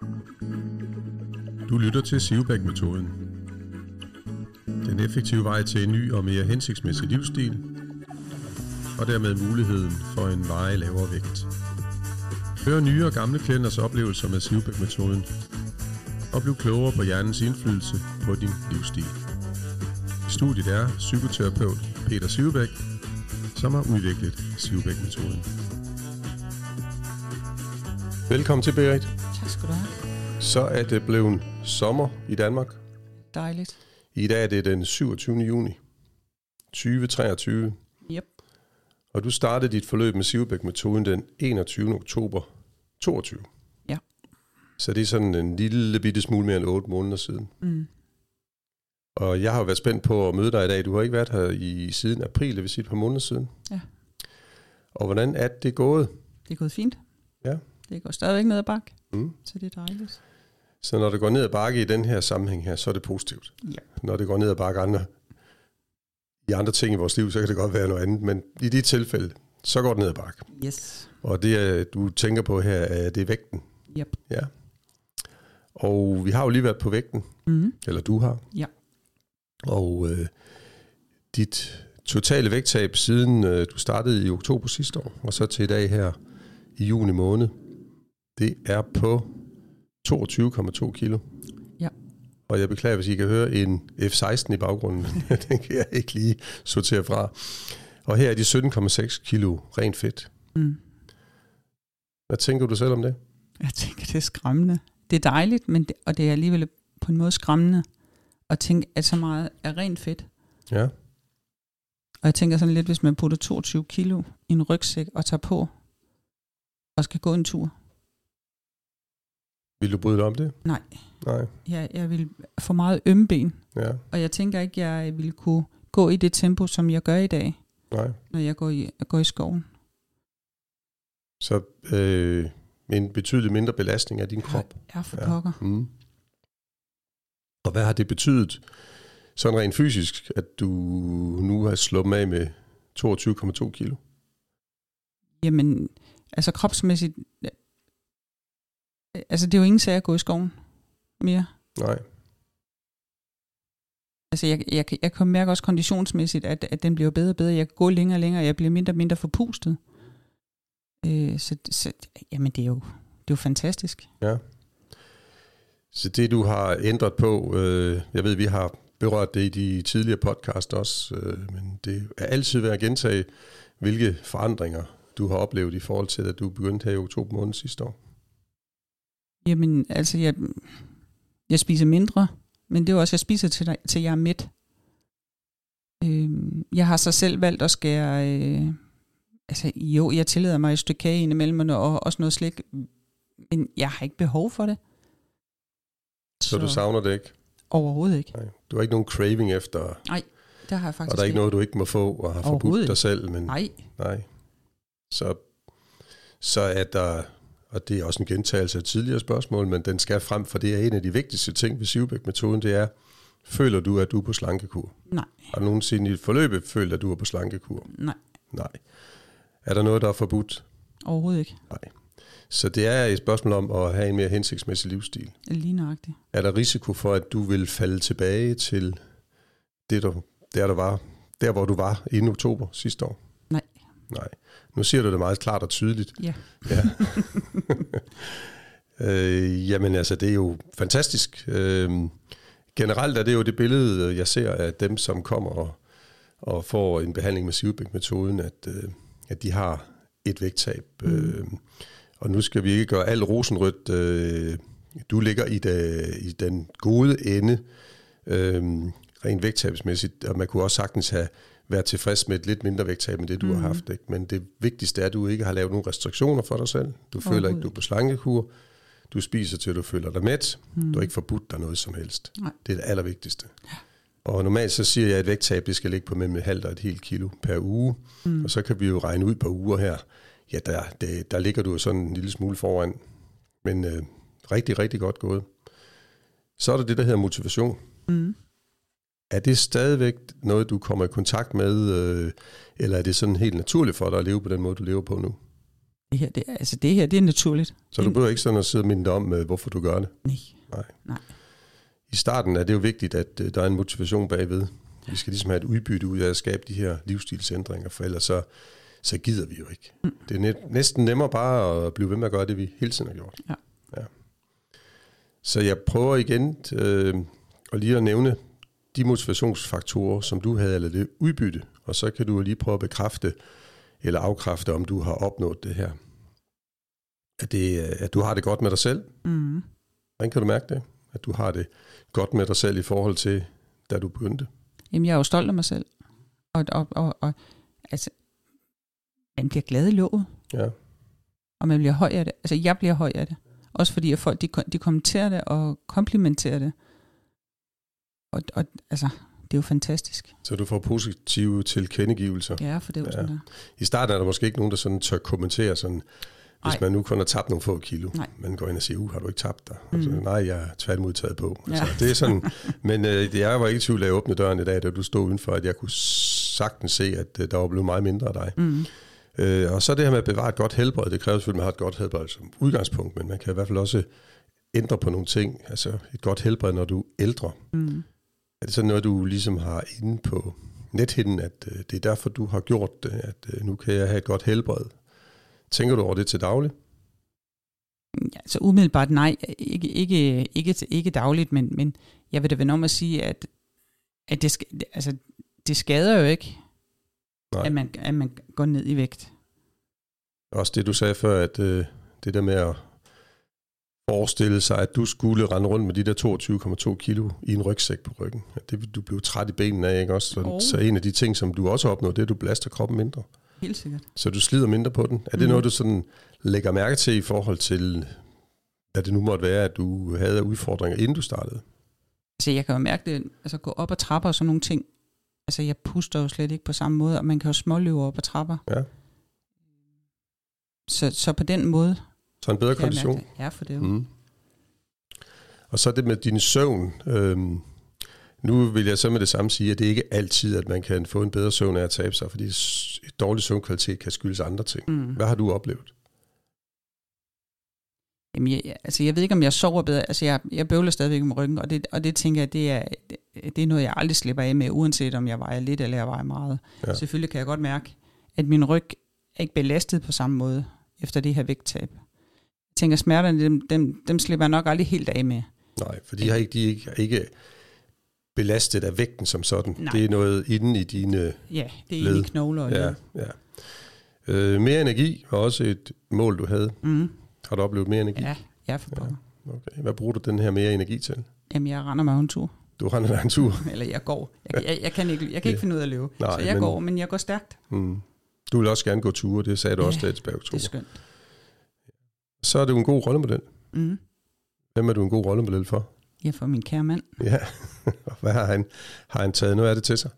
Du lytter til Sivebæk-metoden. Den effektive vej til en ny og mere hensigtsmæssig livsstil, og dermed muligheden for en varig lavere vægt. Hør nye og gamle klienters oplevelser med Sivebæk-metoden, og bliv klogere på hjernens indflydelse på din livsstil. I studiet er psykoterapeut Peter Sivebæk, som har udviklet Sivebæk-metoden. Velkommen til, Berit. Tak skal du have. Så er det blevet sommer i Danmark. Dejligt. I dag er det den 27. juni 2023. Yep. Og du startede dit forløb med Sivebæk-metoden den 21. oktober 22. Ja. Så det er sådan en lille bitte smule mere end 8 måneder siden. Mm. Og jeg har været spændt på at møde dig i dag. Du har ikke været her i siden april, det vil sige et par måneder siden. Ja. Og hvordan er det gået? Det er gået fint. Ja. Det går stadigvæk ned ad bakke, Mm. så det er dejligt. Så når det går ned ad bakke i den her sammenhæng her, så er det positivt. Ja. Når det går ned ad bakke i andre ting i vores liv, så kan det godt være noget andet. Men i de tilfælde, så går det ned ad bakke. Yes. Og det, du tænker på her, det er vægten. Yep. Ja. Og vi har jo lige været på vægten. Mm. Eller du har. Ja. Og dit totale vægttab siden du startede i oktober sidste år, og så til i dag her i juni måned, det er på 22,2 kilo. Ja. Og jeg beklager, hvis I kan høre en F-16 i baggrunden. Den kan jeg ikke lige sortere fra. Og her er de 17,6 kilo rent fedt. Mm. Hvad tænker du selv om det? Jeg tænker, det er skræmmende. Det er dejligt, og det er alligevel på en måde skræmmende at tænke, at så meget er rent fedt. Ja. Og jeg tænker sådan lidt, hvis man putter 22 kilo i en rygsæk og tager på, og skal gå en tur. Vil du bryde dig om det? Nej. Nej. Jeg vil få meget ømme ben. Ja. Og jeg tænker ikke, jeg vil kunne gå i det tempo, som jeg gør i dag, Nej. når jeg går i skoven. Så en betydelig mindre belastning af din krop. Ja, for pokker. Mm. Og hvad har det betydet, sådan rent fysisk, at du nu har sluppet af med 22,2 kilo? Jamen, altså kropsmæssigt, altså det er jo ingen sag at gå i skoven mere. Nej. Altså jeg kan mærke også konditionsmæssigt, at den bliver bedre og bedre. Jeg kan gå længere og længere, jeg bliver mindre og mindre forpustet. Så jamen det er jo fantastisk. Ja. Så det du har ændret på, jeg ved vi har berørt det i de tidligere podcast også, men det er altid værd at gentage, hvilke forandringer du har oplevet i forhold til, at du begyndte her i oktober måned sidste år. Jamen altså jeg spiser mindre, men det er jo også, jeg spiser til jeg er mæt. Jeg har så selv valgt at skære, jeg tillader mig et stykke kage indimellem, og også noget slik, men jeg har ikke behov for det. Så du savner det ikke? Overhovedet ikke. Nej. Du har ikke nogen craving efter? Nej, det har jeg faktisk ikke. Og der er ikke noget, du ikke må få og har forbudt dig selv? Men, nej. Så er der, og det er også en gentagelse af tidligere spørgsmål, men den skal frem, for det er en af de vigtigste ting ved Sivebæk-metoden, det er, føler du, at du er på slankekur? Nej. Har du nogensinde i et forløb følt, at du er på slankekur? Nej. Nej. Er der noget, der er forbudt? Overhovedet ikke. Nej. Så det er et spørgsmål om at have en mere hensigtsmæssig livsstil. Lige nøjagtigt. Er der risiko for, at du vil falde tilbage til det, der hvor du var inden oktober sidste år? Nej. Nej. Nu siger du det meget klart og tydeligt. Ja. Jamen altså, det er jo fantastisk. Generelt er det jo det billede, jeg ser af dem, som kommer og får en behandling med Sivebæk-metoden, at de har et vægttab. Og nu skal vi ikke gøre alt rosenrødt. Du ligger i den gode ende, rent vægttabsmæssigt, og man kunne også sagtens have været tilfreds med et lidt mindre vægttab end det, du har haft. Ikke? Men det vigtigste er, at du ikke har lavet nogen restriktioner for dig selv. Du føler ikke, du er på slankekur. Du spiser til, du føler dig mæt. Du har ikke forbudt dig noget som helst. Nej. Det er det allervigtigste. Ja. Og normalt så siger jeg, at et vægttab det skal ligge på mellem 0,5 og 1 helt kilo per uge. Og så kan vi jo regne ud på uger her. Ja, der ligger du sådan en lille smule foran. Men rigtig, rigtig godt gået. Så er der det, der hedder motivation. Er det stadigvæk noget, du kommer i kontakt med, eller er det sådan helt naturligt for dig at leve på den måde, du lever på nu? Det her, det er naturligt. Så du behøver ikke sådan at sidde og minde dig om, hvorfor du gør det? Nej. I starten er det jo vigtigt, at der er en motivation bagved. Vi skal ligesom have et udbytte ud af at skabe de her livsstilsændringer, for ellers så gider vi jo ikke. Det er næsten nemmere bare at blive ved med at gøre det, vi hele tiden har gjort. Ja. Så jeg prøver igen at lige at nævne de motivationsfaktorer, som du havde, eller det udbytte, og så kan du lige prøve at bekræfte eller afkræfte, om du har opnået det her. At du har det godt med dig selv. Mm. Hvordan kan du mærke det? At du har det godt med dig selv i forhold til, da du begyndte? Jamen, jeg er jo stolt af mig selv. Og altså, man bliver glad i låget. Ja. Og man bliver høj af det. Altså, jeg bliver høj af det. Også fordi, at folk, de kommenterer det og komplimenterer det. Og altså, det er jo fantastisk. Så du får positive tilkendegivelser. Ja, for det er jo sådan der. I starten er der måske ikke nogen, der sådan tør kommentere sådan, hvis man nu kun har tabt nogle få kilo. Nej. Man går ind og siger, har du ikke tabt dig? Altså, nej, jeg er tværtimod taget på. Altså, det er sådan, men jeg var ikke i tvivl af at åbne døren i dag, da du stod udenfor, at jeg kunne sagtens se, at der var blevet meget mindre af dig. Mm. Og så det her med at bevare et godt helbred, det kræver selvfølgelig, at man har et godt helbred som udgangspunkt, men man kan i hvert fald også ændre på nogle ting. Altså et godt helbred, når du er ældre. Mm. Er det sådan noget, du ligesom har inde på nethinden, at det er derfor, du har gjort det, at nu kan jeg have et godt helbred? Tænker du over det til daglig? Ja, så umiddelbart nej, ikke dagligt, men jeg vil da vende om at sige, at det skader jo ikke, at man går ned i vægt. Også det, du sagde før, at det der med at forestille sig, at du skulle rende rundt med de der 22,2 kilo i en rygsæk på ryggen. Det vil du blive træt i benene af, ikke også? Så en af de ting, som du også har opnået, det er, at du belaster kroppen mindre. Helt sikkert. Så du slider mindre på den. Er det noget, du sådan lægger mærke til i forhold til, at det nu måtte være, at du havde udfordringer, inden du startede? Altså jeg kan jo mærke det, altså gå op ad trapper og sådan nogle ting. Altså jeg puster jo slet ikke på samme måde, og man kan jo småløbe op ad trapper. Ja. Så på den måde. Så en bedre kondition? Ja, for det jo. Mm. Og så det med din søvn. Nu vil jeg så med det samme sige, at det ikke er altid, at man kan få en bedre søvn af at tabe sig, fordi dårlig søvnkvalitet kan skyldes andre ting. Mm. Hvad har du oplevet? Jamen, jeg ved ikke, om jeg sover bedre. Altså, jeg bøvler stadigvæk med ryggen, og det tænker jeg, det er noget, jeg aldrig slipper af med, uanset om jeg vejer lidt eller jeg vejer meget. Ja. Selvfølgelig kan jeg godt mærke, at min ryg er ikke belastet på samme måde, efter det her vægttab. Jeg tænker, smerterne, dem slipper jeg nok aldrig helt af med. Nej, for de er ikke belastet af vægten som sådan. Nej. Det er noget inde i dine Ja, det er inde i knogler og led. Ja. Mere energi var også et mål, du havde. Mm. Har du oplevet mere energi? Ja, for pokker. Ja. Okay. Hvad bruger du den her mere energi til? Jamen, jeg render mig en tur. Du render dig en tur? Eller jeg går. Jeg kan ikke finde ud af at løbe. Nej, så jeg går, men jeg går stærkt. Mm. Du vil også gerne gå ture, det sagde du også tilbage i oktober. Det er skønt. Så er du en god rollemodel. Mm. Hvem er du en god rollemodel for? Ja, for min kære mand. Ja, hvad har han taget noget af det til sig?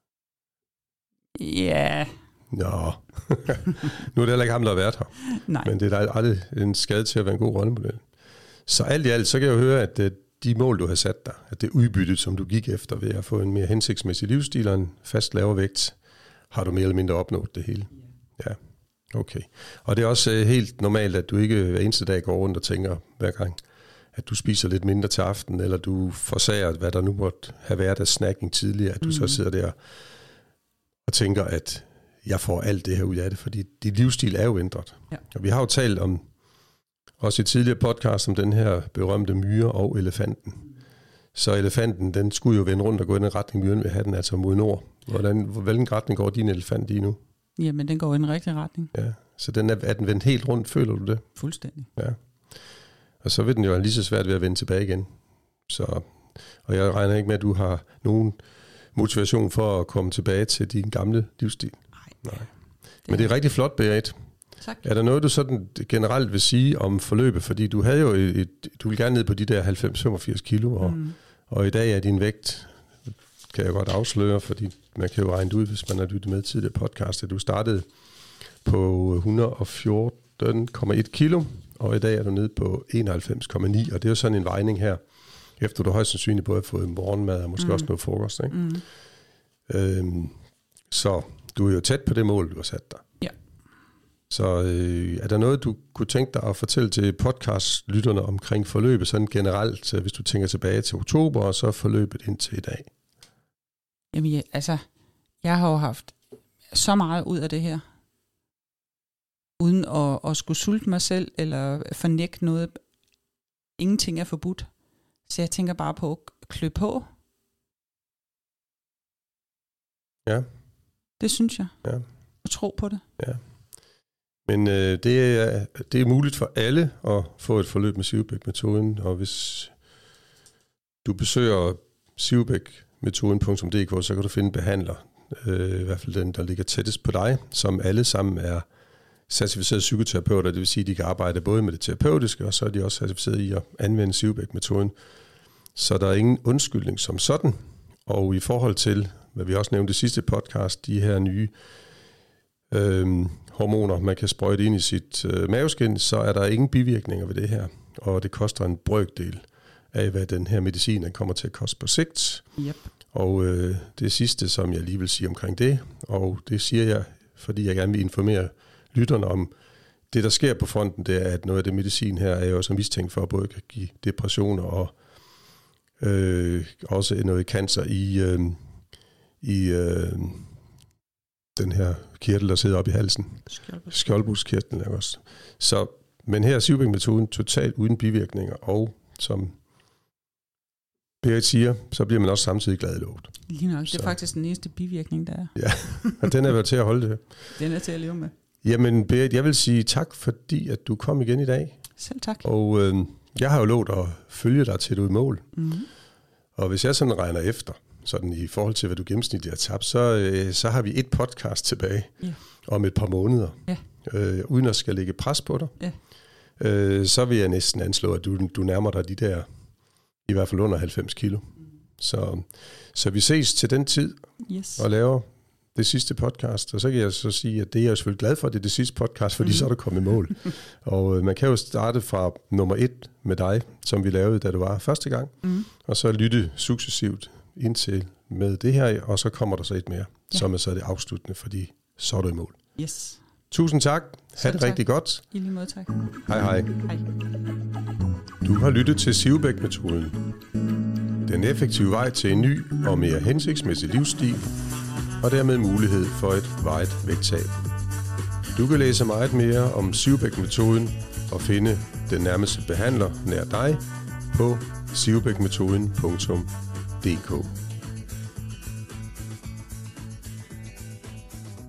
Ja. Nå, nu er det heller ikke ham, der har været her. Nej. Men det er da aldrig en skade til at være en god rollemodel. Så alt i alt, så kan jeg jo høre, at de mål, du har sat dig, at det udbytte, som du gik efter ved at få en mere hensigtsmæssig livsstil og en fast lavere vægt, har du mere eller mindre opnået det hele. Ja, okay. Og det er også helt normalt, at du ikke hver eneste dag går rundt og tænker hver gang, at du spiser lidt mindre til aften, eller du forsager, hvad der nu måtte have været af snacking tidligere, at du så sidder der og tænker, at jeg får alt det her ud af det, fordi dit livsstil er jo ændret. Ja. Og vi har jo talt om, også i tidligere podcast, om den her berømte myre og elefanten. Så elefanten, den skulle jo vende rundt og gå i den retning, myren vil have den, altså mod nord. Hvilken retning går din elefant i nu? Jamen, den går i den rigtige retning. Ja, så er den vendt helt rundt, føler du det? Fuldstændig. Ja. Og så vil den jo være lige så svært ved at vende tilbage igen. Og jeg regner ikke med, at du har nogen motivation for at komme tilbage til din gamle livsstil. Nej. Men det er rigtig flot, Berit. Tak. Er der noget, du sådan generelt vil sige om forløbet? Fordi du havde jo du vil gerne ned på de der 90-85 kilo, og i dag er din vægt, kan jeg godt afsløre, fordi man kan jo regne ud, hvis man har lyttet med tidligere podcast, at du startede på 114,1 kilo, og i dag er du nede på 91,9, og det er jo sådan en vejning her, efter du højst sandsynligt både har fået morgenmad og måske også noget frokost. Ikke? Så du er jo tæt på det mål, du har sat dig. Ja. Så er der noget, du kunne tænke dig at fortælle til podcastlytterne omkring forløbet, sådan generelt, hvis du tænker tilbage til oktober, og så forløbet indtil i dag? Jamen, jeg har jo haft så meget ud af det her, uden at skulle sulte mig selv, eller fornægte noget. Ingenting er forbudt. Så jeg tænker bare på at klø på. Ja. Det synes jeg. Ja. Og tro på det. Ja. Men det er muligt for alle at få et forløb med Sivebæk-metoden, og hvis du besøger sivebækmetoden.dk, så kan du finde behandler, i hvert fald den, der ligger tættest på dig, som alle sammen er certificerede psykoterapeuter, det vil sige, at de kan arbejde både med det terapeutiske, og så er de også certificeret i at anvende Sivebæk-metoden. Så der er ingen undskyldning som sådan. Og i forhold til, hvad vi også nævnte i sidste podcast, de her nye hormoner, man kan sprøjte ind i sit maveskin, så er der ingen bivirkninger ved det her. Og det koster en brøkdel af, hvad den her medicin den kommer til at koste på sigt. Yep. Og det sidste, som jeg lige vil sige omkring det, og det siger jeg, fordi jeg gerne vil informere lytterne om, det der sker på fronten, det er, at noget af det medicin her er jo også mistænkt for at både kan give depressioner og også noget cancer i den her kirtel, der sidder oppe i halsen. Skjoldbruskkirtlen er også. Så, men her er Sivebæk-metoden totalt uden bivirkninger, og som Berit siger, så bliver man også samtidig glad i låget. Lige nok. Det er faktisk den eneste bivirkning, der er. Ja, og den er vel til at holde det. Den er til at leve med. Jamen Berit, jeg vil sige tak, fordi at du kom igen i dag. Selv tak. Og jeg har jo lovet at følge dig til du er i mål. Mm-hmm. Og hvis jeg sådan regner efter, sådan i forhold til, hvad du gennemsnitligt har tabt, så har vi et podcast tilbage om et par måneder. Uden at skal lægge pres på dig. Så vil jeg næsten anslå, at du nærmer dig de der, i hvert fald under 90 kilo. Så vi ses til den tid og laver det sidste podcast. Og så kan jeg så sige, at det er jeg selvfølgelig glad for, at det er det sidste podcast, fordi så er du kommet i mål. Og man kan jo starte fra nummer 1 med dig, som vi lavede, da du var første gang. Og så lytte successivt indtil med det her, og så kommer der så et mere, som er så det afsluttende, fordi så er du i mål. Yes. Tusind tak. Ha' det rigtig godt. I lige måde, tak. Hej hej. Hej. Du har lyttet til Sivebæk-metoden. Den effektive vej til en ny og mere hensigtsmæssig livsstil, og dermed mulighed for et varigt vægttab. Du kan læse meget mere om Sivebæk-metoden og finde den nærmeste behandler nær dig på sivebækmetoden.dk.